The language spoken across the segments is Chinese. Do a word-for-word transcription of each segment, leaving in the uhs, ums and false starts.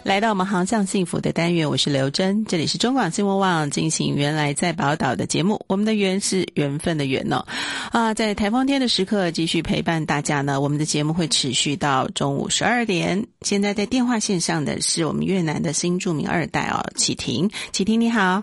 来到我们航向幸福的单元，我是刘真，这里是中广新闻网进行原来在宝岛的节目，我们的缘是缘分的缘哦。啊，在台风天的时刻继续陪伴大家呢，我们的节目会持续到中午十二点。现在在电话线上的是我们越南的新住民二代哦，启婷。启婷你好。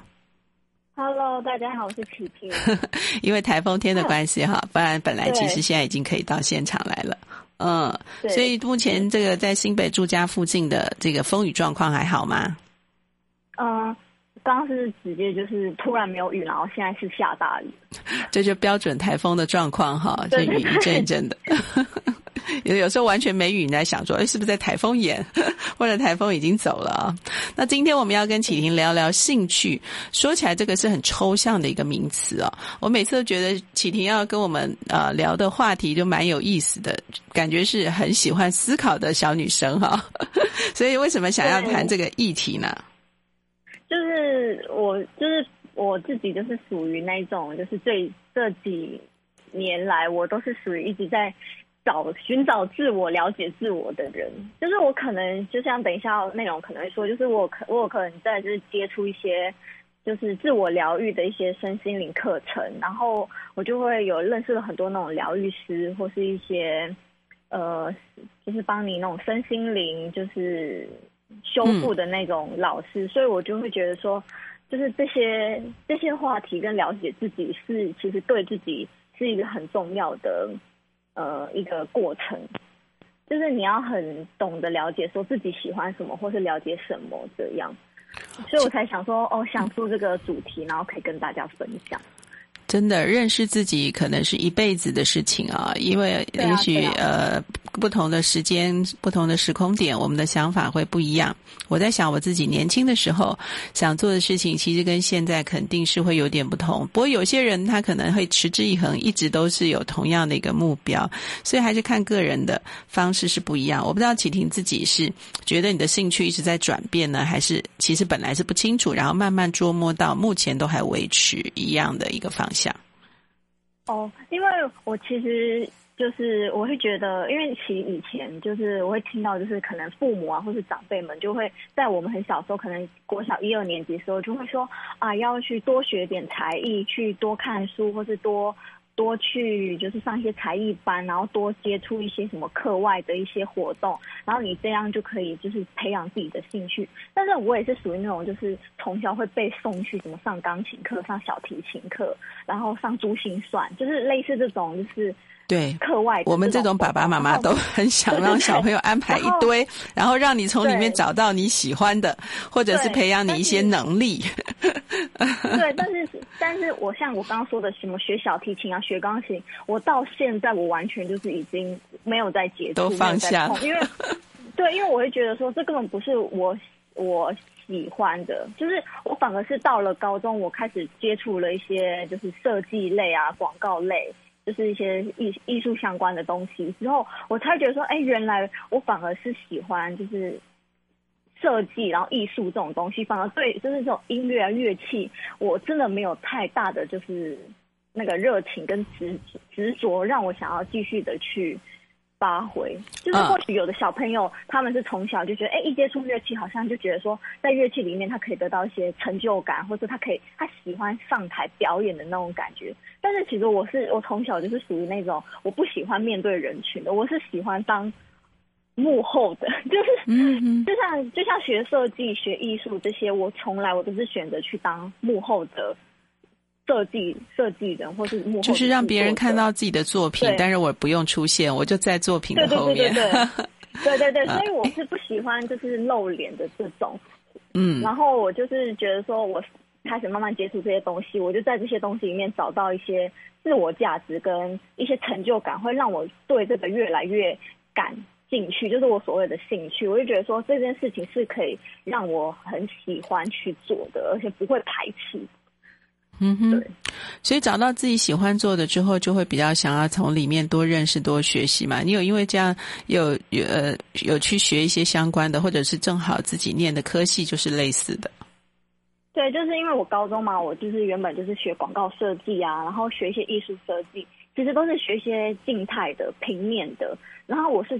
Hello， 大家好，我是启婷。 因为台风天的关系哈，不然本来其实现在已经可以到现场来了。嗯，所以目前这个在新北住家附近的这个风雨状况还好吗？ 嗯，刚刚是直接就是突然没有雨，然后现在是下大雨， 这就标准台风的状况哈，这雨一阵一阵的。有有时候完全没雨，你在想说，哎，是不是在台风眼，或者台风已经走了啊？那今天我们要跟启婷聊聊兴趣。说起来，这个是很抽象的一个名词哦。我每次都觉得启婷要跟我们呃聊的话题就蛮有意思的，感觉是很喜欢思考的小女生哈。所以为什么想要谈这个议题呢？ 就是我就是我自己就是属于那种，就是这这几年来我都是属于一直在找寻找自我、了解自我的人。就是我可能就像等一下内容可能会说，就是我可我有可能在就是接触一些就是自我疗愈的一些身心灵课程，然后我就会有认识了很多那种疗愈师或是一些呃就是帮你那种身心灵就是修复的那种老师、嗯、所以我就会觉得说，就是这些这些话题跟了解自己是其实对自己是一个很重要的呃一个过程，就是你要很懂得了解说自己喜欢什么或是了解什么这样，所以我才想说哦，想出这个主题，然后可以跟大家分享。 真的认识自己可能是一辈子的事情啊，因为也许、啊啊、呃不同的时间不同的时空点，我们的想法会不一样。我在想我自己年轻的时候想做的事情其实跟现在肯定是会有点不同，不过有些人他可能会持之以恒，一直都是有同样的一个目标，所以还是看个人的方式是不一样。我不知道启婷自己是觉得你的兴趣一直在转变呢，还是其实本来是不清楚，然后慢慢琢磨到目前都还维持一样的一个方向。 哦，因为我其实就是我会觉得，因为其实以前就是我会听到，就是可能父母啊或是长辈们就会在我们很小时候，可能国小一二年级的时候就会说啊，要去多学点才艺，去多看书，或是多多去就是上一些才艺班，然后多接触一些什么课外的一些活动，然后你这样就可以就是培养自己的兴趣。但是我也是属于那种就是从小会被送去什么上钢琴课、上小提琴课，然后上珠心算，就是类似这种就是对课外的， 我们这种爸爸妈妈都很想让小朋友安排一堆，然后, 然后让你从里面找到你喜欢的，或者是培养你一些能力。 对，但是但是我像我刚刚说的什么学小提琴啊、学钢琴，我到现在我完全就是已经没有在接触， 都放下了， 因为对，因为我会觉得说这根本不是我我喜欢的，就是我反而是到了高中，我开始接触了一些就是设计类啊、广告类。就是一些艺艺术相关的东西之后，我才觉得说，哎，原来我反而是喜欢就是设计，然后艺术这种东西，反而对就是这种音乐啊乐器，我真的没有太大的就是那个热情跟执执着，让我想要继续的去发挥。就是或许有的小朋友、嗯、他们是从小就觉得，哎，一接触乐器好像就觉得说，在乐器里面他可以得到一些成就感，或者他可以他喜欢上台表演的那种感觉。但是其实我是我从小就是属于那种我不喜欢面对人群的，我是喜欢当幕后的，就是嗯就像就像学设计、学艺术这些，我从来我都是选择去当幕后的设计设计人，或是幕后， 就是让别人看到自己的作品，但是我不用出现，我就在作品的后面。 对对对对对对对对，所以我是不喜欢就是露脸的这种。嗯，然后我就是觉得说，我开始慢慢接触这些东西，我就在这些东西里面找到一些自我价值跟一些成就感，会让我对这个越来越感兴趣，就是我所谓的兴趣。我就觉得说这件事情是可以让我很喜欢去做的，而且不会排斥。 嗯哼，对，所以找到自己喜欢做的之后，就会比较想要从里面多认识、多学习嘛。你有因为这样有有呃有去学一些相关的，或者是正好自己念的科系就是类似的。 对，就是因为我高中嘛，我就是原本就是学广告设计啊，然后学一些艺术设计，其实都是学一些静态的、平面的。然后我是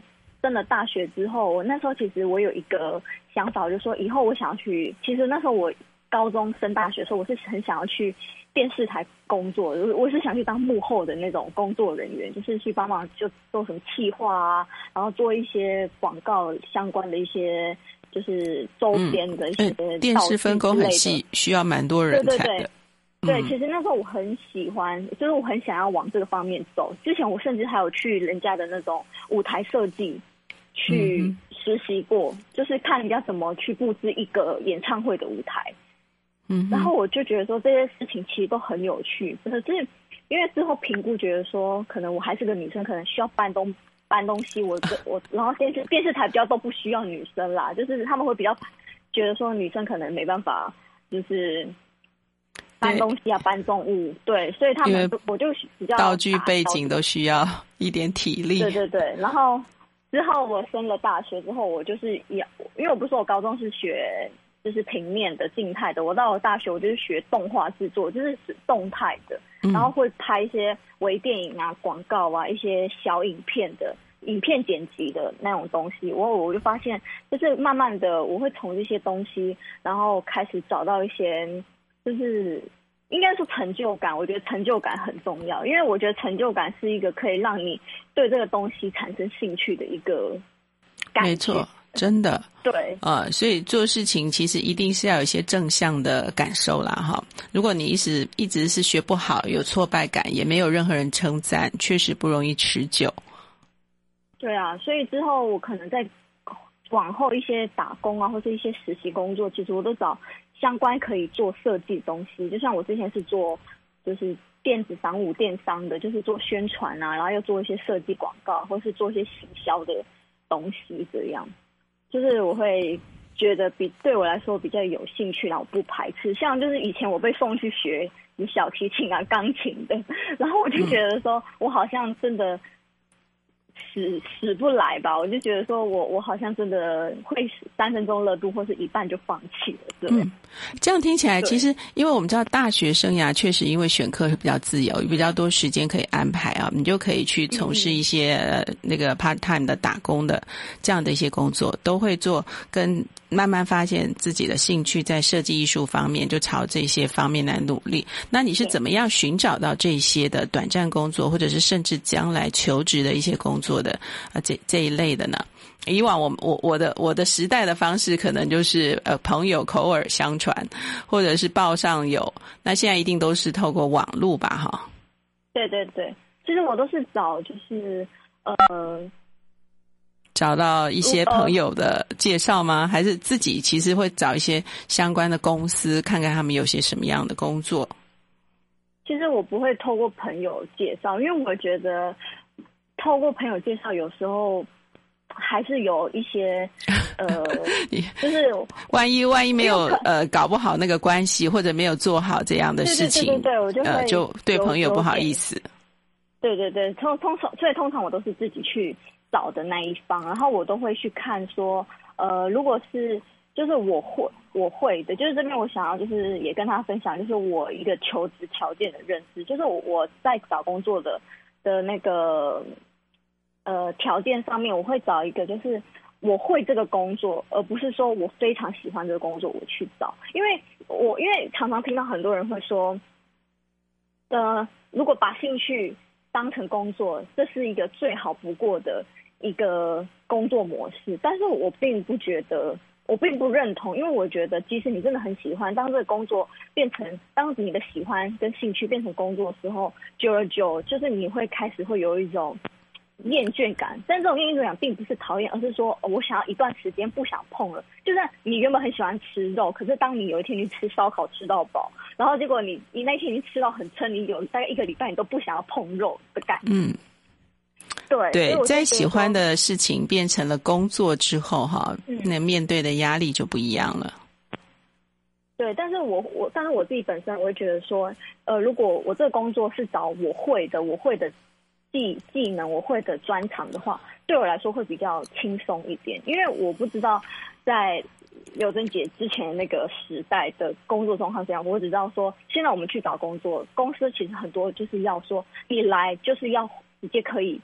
升了大学之后，我那时候其实我有一个想法，就是说以后我想要去，其实那时候我高中升大学的时候，我是很想要去电视台工作，我是想去当幕后的那种工作人员，就是去帮忙就做什么企划啊，然后做一些广告相关的一些就是周边的一些道具之类的、 嗯、电视分工很细，需要蛮多人才的。 对对对。对，其实那时候我很喜欢，就是我很想要往这个方面走。之前我甚至还有去人家的那种舞台设计去实习过，嗯、就是看人家怎么去布置一个演唱会的舞台。嗯，然后我就觉得说这些事情其实都很有趣，可是因为之后评估觉得说，可能我还是个女生，可能需要搬东搬东西，我我然后电视电视台比较都不需要女生啦，就是他们会比较觉得说女生可能没办法，就是。搬东西啊，搬重物，对，所以他们我就比较道具背景都需要一点体力。 对对对，然后之后我升了大学之后，我就是也因为我不是说我高中是学就是平面的静态的，我到了大学我就是学动画制作，就是动态的，然后会拍一些微电影啊、广告啊、一些小影片的影片剪辑的那种东西。我我就发现，就是慢慢的我会从这些东西，然后开始找到一些。就是应该说成就感，我觉得成就感很重要，因为我觉得成就感是一个可以让你对这个东西产生兴趣的一个感觉。 没错，真的。 对， 呃，所以做事情其实一定是要有一些正向的感受啦，哈。如果你一直一直是学不好，有挫败感，也没有任何人称赞，确实不容易持久。 对啊，所以之后我可能在往后一些打工啊，或是一些实习工作，其实我都找相关可以做设计的东西。就像我之前是做就是电子商务电商的，就是做宣传啊，然后又做一些设计广告，或是做一些行销的东西，这样就是我会觉得比对我来说比较有兴趣，然后我不排斥。像就是以前我被送去学小提琴啊、钢琴的，然后我就觉得说我好像真的死死不来吧，我就觉得说我我好像真的会三分钟热度，或是一半就放弃了。对， 嗯，这样听起来，其实因为我们知道大学生涯确实因为选课是比较自由，比较多时间可以安排啊，你就可以去从事一些、嗯呃、那个 part time 的打工的这样的一些工作，都会做，跟慢慢发现自己的兴趣在设计艺术方面，就朝这些方面来努力。那你是怎么样寻找到这些的短暂工作，或者是甚至将来求职的一些工作的呃这这一类的呢？以往我我我的我的时代的方式可能就是呃朋友口耳相传，或者是报上有，那现在一定都是透过网络吧哈。 对对对，其实我都是找就是呃找到一些朋友的介绍吗？还是自己其实会找一些相关的公司，看看他们有些什么样的工作？ 其实我不会透过朋友介绍，因为我觉得透过朋友介绍有时候还是有一些呃，就是万一万一没有呃搞不好那个关系，或者没有做好这样的事情， 对对对对，我就会呃就对朋友不好意思。 对对对，通通常所以通常我都是自己去找的那一方，然后我都会去看说，呃，如果是就是我会我会的，就是这边我想要就是也跟他分享，就是我一个求职条件的认识，就是我我在找工作的的那个呃条件上面，我会找一个就是我会这个工作，而不是说我非常喜欢这个工作我去找，因为我因为常常听到很多人会说，呃，如果把兴趣当成工作，这是一个最好不过的一个工作模式，但是我并不觉得，我并不认同，因为我觉得即使你真的很喜欢，当这个工作变成，当你的喜欢跟兴趣变成工作的时候，久而久就是你会开始会有一种厌倦感，但这种厌倦感并不是讨厌，而是说、哦、我想要一段时间不想碰了。就像你原本很喜欢吃肉，可是当你有一天去吃烧烤吃到饱，然后结果你你那天已经吃到很撑，你有大概一个礼拜你都不想要碰肉的感觉。嗯，对对，在喜欢的事情变成了工作之后哈、嗯，那面对的压力就不一样了。 对，但是我我但是我自己本身我会觉得说，呃，如果我这个工作是找我会的，我会的技技能，我会的专长的话，对我来说会比较轻松一点，因为我不知道在刘真姐之前那个时代的工作状况这样，我只知道说，现在我们去找工作，公司其实很多就是要说你来就是要直接可以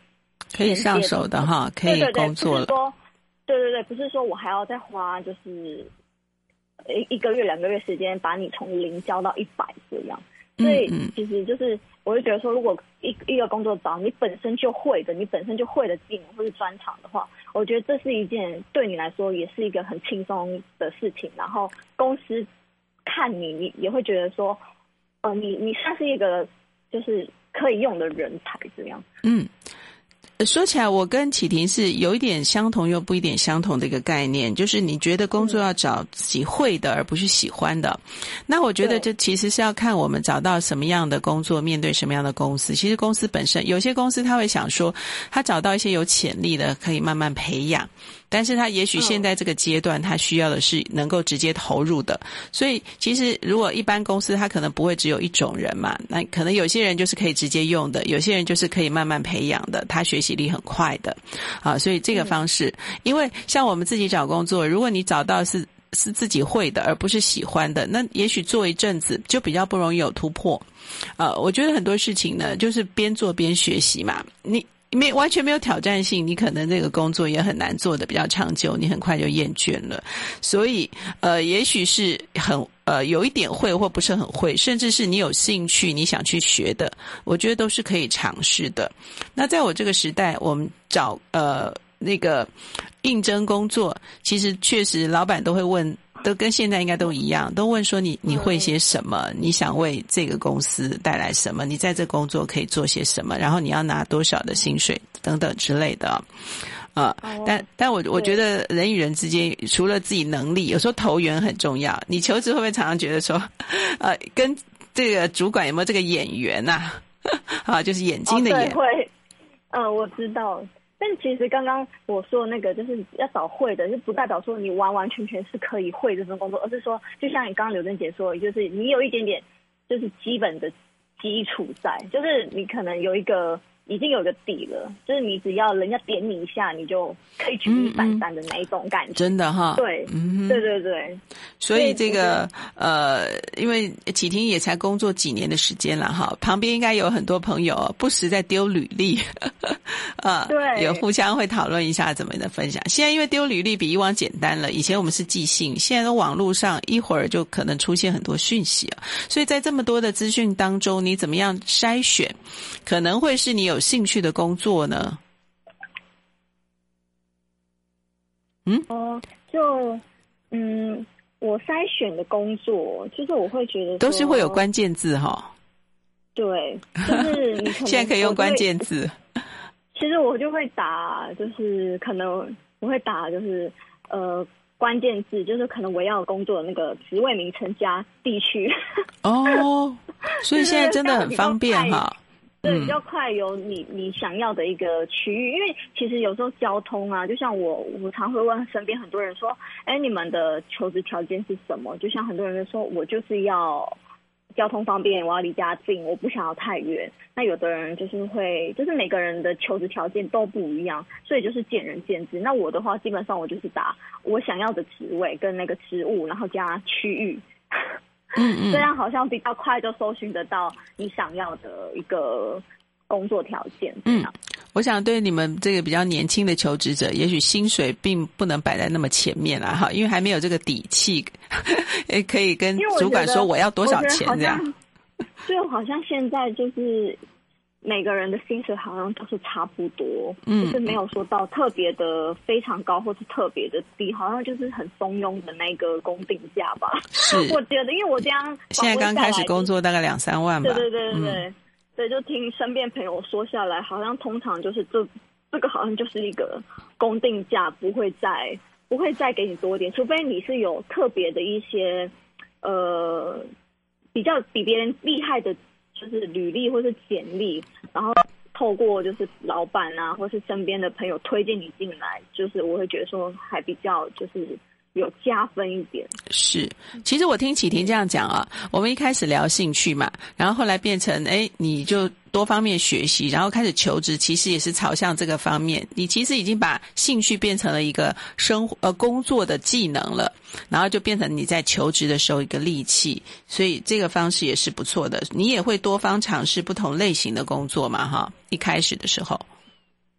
可以上手的哈，可以工作了。 对对对，不是说我还要再花就是一一个月两个月时间把你从零教到一百这样。所以其实就是我会觉得说，如果一一个工作找你本身就会的，你本身就会的技能或是专长的话，我觉得这是一件对你来说也是一个很轻松的事情。然后公司看你，你也会觉得说，呃，你你算是一个就是可以用的人才这样。 嗯。说起来，我跟启婷是有一点相同又不一点相同的一个概念，就是你觉得工作要找自己会的而不是喜欢的。那我觉得这其实是要看我们找到什么样的工作，面对什么样的公司。其实公司本身，有些公司他会想说，他找到一些有潜力的可以慢慢培养，但是他也许现在这个阶段他需要的是能够直接投入的。所以其实如果一般公司他可能不会只有一种人嘛，那可能有些人就是可以直接用的，有些人就是可以慢慢培养的，他学习力很快的啊。所以这个方式，因为像我们自己找工作，如果你找到是是自己会的而不是喜欢的，那也许做一阵子就比较不容易有突破。呃我觉得很多事情呢就是边做边学习嘛，你没完全没有挑战性，你可能这个工作也很难做的比较长久，你很快就厌倦了。所以呃也许是很呃有一点会或不是很会，甚至是你有兴趣你想去学的，我觉得都是可以尝试的。那在我这个时代，我们找呃那个应征工作，其实确实老板都会问，都跟现在应该都一样，都问说你你会些什么，你想为这个公司带来什么，你在这工作可以做些什么，然后你要拿多少的薪水等等之类的。呃，但但我我觉得人与人之间除了自己能力，有时候投缘很重要。你求职会不会常常觉得说，呃，跟这个主管有没有这个眼缘呐？啊，就是眼睛的眼。 哦、对，会，嗯、呃，我知道。但其实刚刚我说的那个就是要找会的，就不代表说你完完全全是可以会这份工作，而是说就像你刚刚刘珍姐说的，就是你有一点点就是基本的基础在，就是你可能有一个已经有一个底了，就是你只要人家点你一下，你就可以举一反三的那一种感觉。嗯嗯真的哈， 对，嗯，对对对。 所以这个呃，因为启婷也才工作几年的时间了哈，旁边应该有很多朋友不时在丢履历，呃，对，有互相会讨论一下怎么的分享。现在因为丢履历比以往简单了，以前我们是寄信，现在都网络上一会儿就可能出现很多讯息啊，所以在这么多的资讯当中，你怎么样筛选，可能会是你有兴趣的工作呢？嗯， 哦，就嗯，我筛选的工作，就是我会觉得都是会有关键字哈、哦。 对，就是你可能现在可以用关键字。 其实我就会打，就是可能我会打，就是呃关键字，就是可能我要工作的那个职位名称加地区。 哦，所以现在真的很方便哈。 对，比较快有你你想要的一个区域，因为其实有时候交通啊，就像我我常会问身边很多人说，哎，你们的求职条件是什么？就像很多人就说，我就是要交通方便，我要离家近，我不想要太远。那有的人就是会，就是每个人的求职条件都不一样，所以就是见仁见智。那我的话，基本上我就是打我想要的职位跟那个职务，然后加区域。嗯嗯，这样好像比较快就搜寻得到你想要的一个工作条件。嗯， 我想对你们这个比较年轻的求职者，也许薪水并不能摆在那么前面啦，哈，因为还没有这个底气，可以跟主管说我要多少钱这样。 就好像现在就是每个人的薪水好像都是差不多，嗯，就是没有说到特别的非常高或是特别的低，好像就是很松庸的那个公定价吧。是，我觉得，因为我这样现在刚开始工作大概两三万吧。 对对对对对，嗯、对，就听身边朋友说下来，好像通常就是这这个好像就是一个公定价，不会再不会再给你多一点，除非你是有特别的一些呃比较比别人厉害的。就是履历或是简历，然后透过就是老板啊，或是身边的朋友推荐你进来，就是我会觉得说还比较就是有加分一点。 是，其实我听启婷这样讲啊，我们一开始聊兴趣嘛，然后后来变成哎，你就多方面学习，然后开始求职，其实也是朝向这个方面。你其实已经把兴趣变成了一个生活呃工作的技能了，然后就变成你在求职的时候一个利器，所以这个方式也是不错的。你也会多方尝试不同类型的工作嘛，哈，一开始的时候。 哦，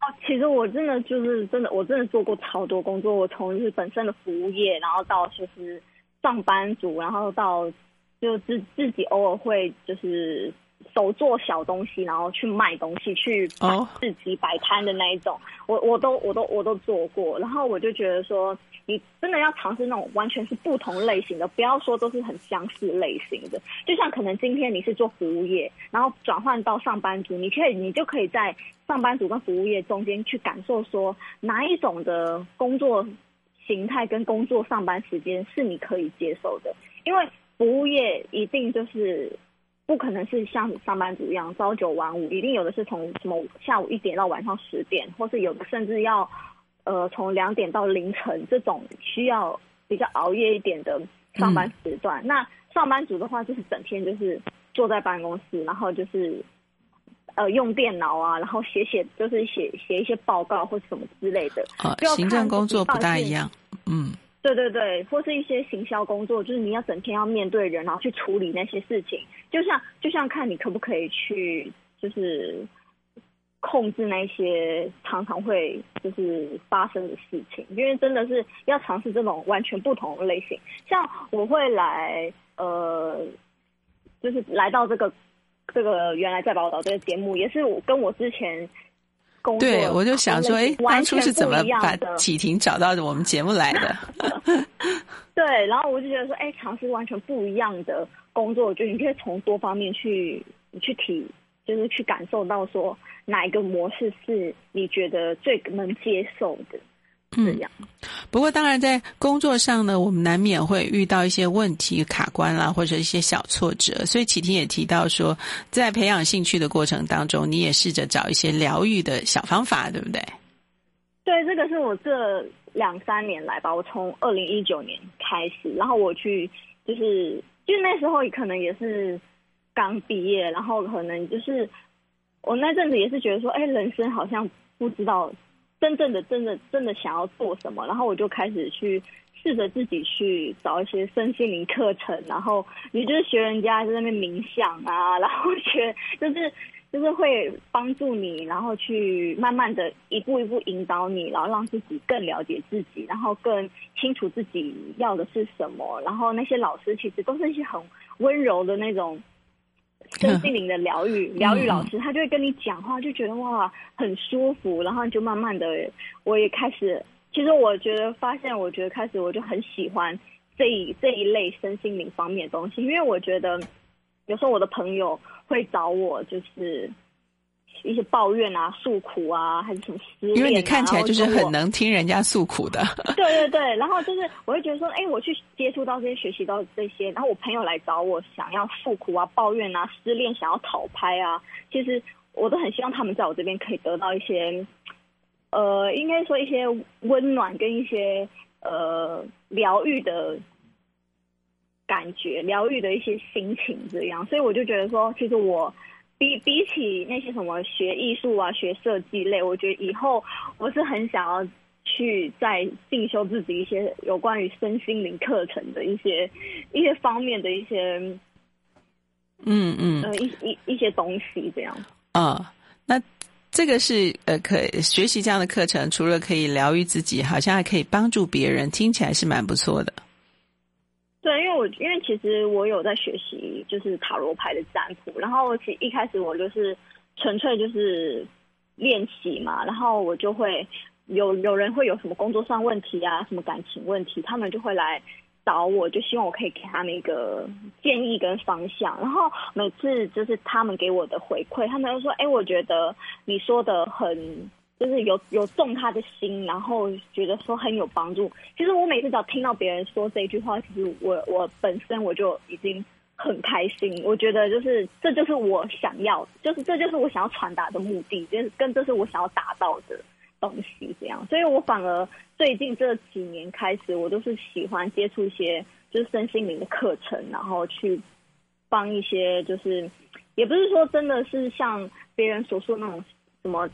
其实我真的就是真的，我真的做过超多工作。我从就是本身的服务业，然后到就是上班族，然后到就自自己偶尔会就是手做小东西，然后去卖东西，去哦市集摆摊的那一种，我我都我都我都做过。然后我就觉得说，你真的要尝试那种完全是不同类型的，不要说都是很相似类型的。就像可能今天你是做服务业，然后转换到上班族，你可以你就可以在上班族跟服务业中间去感受说哪一种的工作形态跟工作上班时间是你可以接受的。因为服务业一定就是不可能是像上班族一样朝九晚五，一定有的是从什么下午一点到晚上十点，或是有的甚至要呃从两点到凌晨，这种需要比较熬夜一点的上班时段。嗯、那上班族的话，就是整天就是坐在办公室，然后就是呃用电脑啊，然后写写就是写写一些报告或什么之类的。 啊、哦，行政工作不大一样，嗯。 对对对，或是一些行销工作，就是你要整天要面对人，然后去处理那些事情，就像就像看你可不可以去就是控制那些常常会就是发生的事情，因为真的是要尝试这种完全不同的类型。像我会来呃，就是来到这个这个原来在宝岛这个节目，也是我跟我之前。 对，我就想说，哎，当初是怎么把启婷找到我们节目来的？ 对，然后我就觉得说，哎，尝试完全不一样的工作，我觉得你可以从多方面去去体，就是去感受到说哪一个模式是你觉得最能接受的。这样。 嗯，不过当然在工作上呢，我们难免会遇到一些问题卡关啦，或者一些小挫折，所以启婷也提到说，在培养兴趣的过程当中，你也试着找一些疗愈的小方法，对不对？ 对，这个是我这两三年来吧，我从二零一九年开始，然后我去就是就那时候可能也是刚毕业，然后可能就是我那阵子也是觉得说，哎，人生好像不知道真正的真的真的想要做什么，然后我就开始去试着自己去找一些身心灵课程，然后你就是学人家在那边冥想啊，然后学就是就是会帮助你，然后去慢慢的一步一步引导你，然后让自己更了解自己，然后更清楚自己要的是什么。然后那些老师其实都是一些很温柔的那种身心灵的疗愈疗愈老师，他就会跟你讲话，就觉得哇很舒服，然后就慢慢的我也开始，其实我觉得发现我觉得开始我就很喜欢这一这一类身心灵方面的东西，因为我觉得有时候我的朋友会找我就是一些抱怨啊诉苦啊，还是什么失恋啊， 因为你看起来就是很能听人家诉苦的。 对对对，然后就是我会觉得说，哎，我去接触到这些学习到这些，然后我朋友来找我想要诉苦啊抱怨啊失恋想要讨拍啊，其实我都很希望他们在我这边可以得到一些呃应该说一些温暖跟一些呃疗愈的感觉，疗愈的一些心情这样。所以我就觉得说，其实我比比起那些什么学艺术啊学设计类，我觉得以后我是很想要去再进修自己一些有关于身心灵课程的一些一些方面的一些嗯嗯呃一一一些东西这样。 啊、哦，那这个是呃可学习这样的课程，除了可以疗愈自己，好像还可以帮助别人，听起来是蛮不错的。 对，因为我因为其实我有在学习就是塔罗牌的占卜，然后其实一开始我就是纯粹就是练习嘛，然后我就会有有人会有什么工作上问题啊，什么感情问题，他们就会来找我，就希望我可以给他们一个建议跟方向。然后每次就是他们给我的回馈，他们就说，哎，我觉得你说的很就是有有中他的心，然后觉得说很有帮助。其实我每次只要听到别人说这一句话，其实我我本身我就已经很开心。我觉得就是这就是我想要，就是这就是我想要传达的目的，就是跟这是我想要达到的东西这样。所以我反而最近这几年开始，我都是喜欢接触一些就是身心灵的课程，然后去帮一些就是也不是说真的是像别人所说那种什么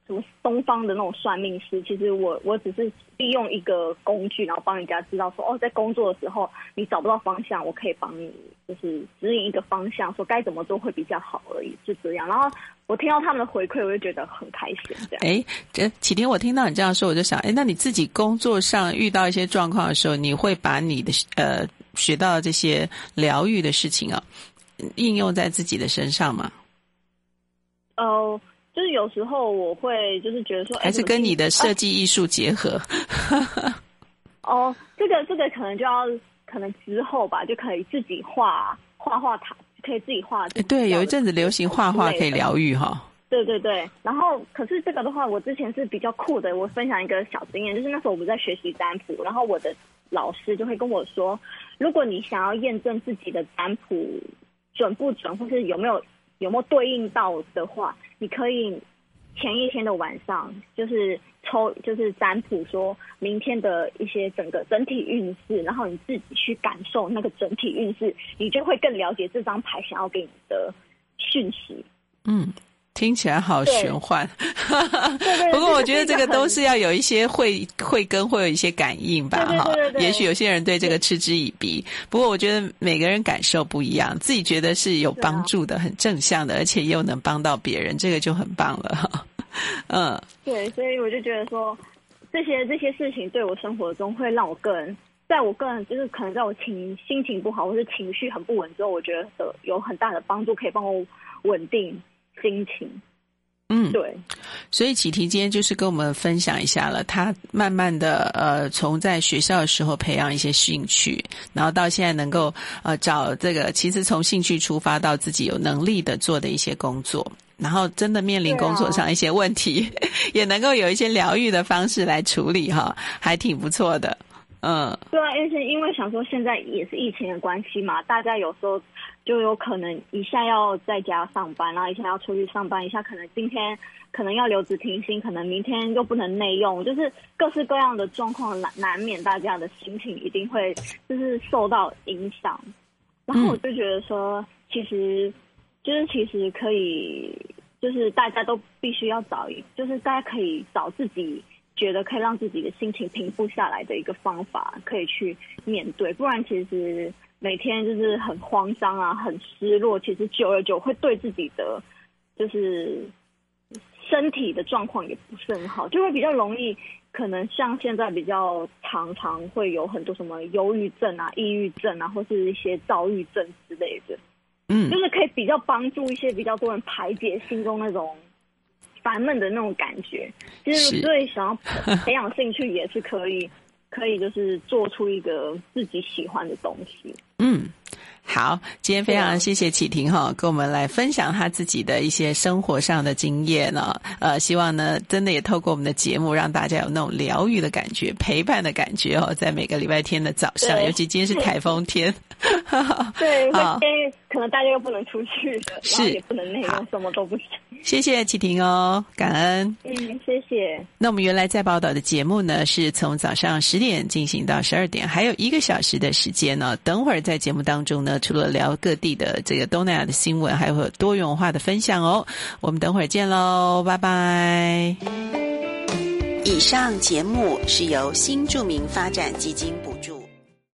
什么东方的那种算命师，其实我我只是利用一个工具，然后帮人家知道说，哦，在工作的时候你找不到方向，我可以帮你就是指引一个方向，说该怎么做会比较好而已，就这样。然后我听到他们的回馈，我就觉得很开心。这样， 哎，这启婷，我听到你这样说，我就想，哎，那你自己工作上遇到一些状况的时候，你会把你的呃学到的这些疗愈的事情啊，应用在自己的身上吗？ 呃。就是有时候我会就是觉得说， 还是跟你的设计艺术结合。 哦，这个这个可能就要可能之后吧，就可以自己画画画塔，可以自己画。 对，有一阵子流行画画可以疗愈哈。 对对对，然后可是这个的话，我之前是比较酷的。我分享一个小经验，就是那时候我们在学习占卜，然后我的老师就会跟我说，如果你想要验证自己的占卜准不准，或是有没有有没有对应到的话，你可以前一天的晚上就是抽就是占卜说明天的一些整个整体运势，然后你自己去感受那个整体运势，你就会更了解这张牌想要给你的讯息。 嗯，听起来好玄幻。 对对， 不过我觉得这个都是要有一些慧慧根，会有一些感应吧。 对对对对， 也许有些人对这个嗤之以鼻，不过我觉得每个人感受不一样，自己觉得是有帮助的，很正向的，而且又能帮到别人，这个就很棒了。嗯， 对，所以我就觉得说这些这些事情对我生活中会让我更在我个人就是可能在我情心情不好或是情绪很不稳之后，我觉得有很大的帮助，可以帮我稳定心情。 嗯， 对， 所以启婷今天就是跟我们分享一下了，她慢慢的呃从在学校的时候培养一些兴趣，然后到现在能够呃找这个其实从兴趣出发到自己有能力的做的一些工作，然后真的面临工作上一些问题，啊、也能够有一些疗愈的方式来处理哈，还挺不错的。嗯， 对啊，因为因为想说现在也是疫情的关系嘛，大家有时候就有可能一下要在家上班，然后一下要出去上班，一下可能今天可能要留职停薪，可能明天又不能内用，就是各式各样的状况难难免大家的心情一定会就是受到影响。然后我就觉得说，其实就是其实可以，就是大家都必须要找，就是大家可以找自己觉得可以让自己的心情平复下来的一个方法，可以去面对，不然其实每天就是很慌张啊，很失落，其实久而久会对自己的就是身体的状况也不是很好，就会比较容易可能像现在比较常常会有很多什么忧郁症啊、抑郁症啊，或是一些躁郁症之类的， 嗯， 就是可以比较帮助一些比较多人排解心中那种烦闷的那种感觉。其实对想要培养兴趣也是可以，可以就是做出一个自己喜欢的东西。 嗯，好，今天非常谢谢启婷哈，跟我们来分享她自己的一些生活上的经验呢。呃，希望呢，真的也透过我们的节目，让大家有那种疗愈的感觉、陪伴的感觉哦，在每个礼拜天的早上，尤其今天是台风天。 对，因为可能大家又不能出去了， 是然后也不能内容，什么都不行。 谢谢启婷哦，感恩。 嗯，谢谢。 那我们原来在报道的节目呢，是从早上十点进行到十二点，还有一个小时的时间呢。等会儿在节目当中呢，除了聊各地的这个东南亚的新闻，还会有多元文化的分享哦。我们等会儿见喽，拜拜。以上节目是由新住民发展基金补助。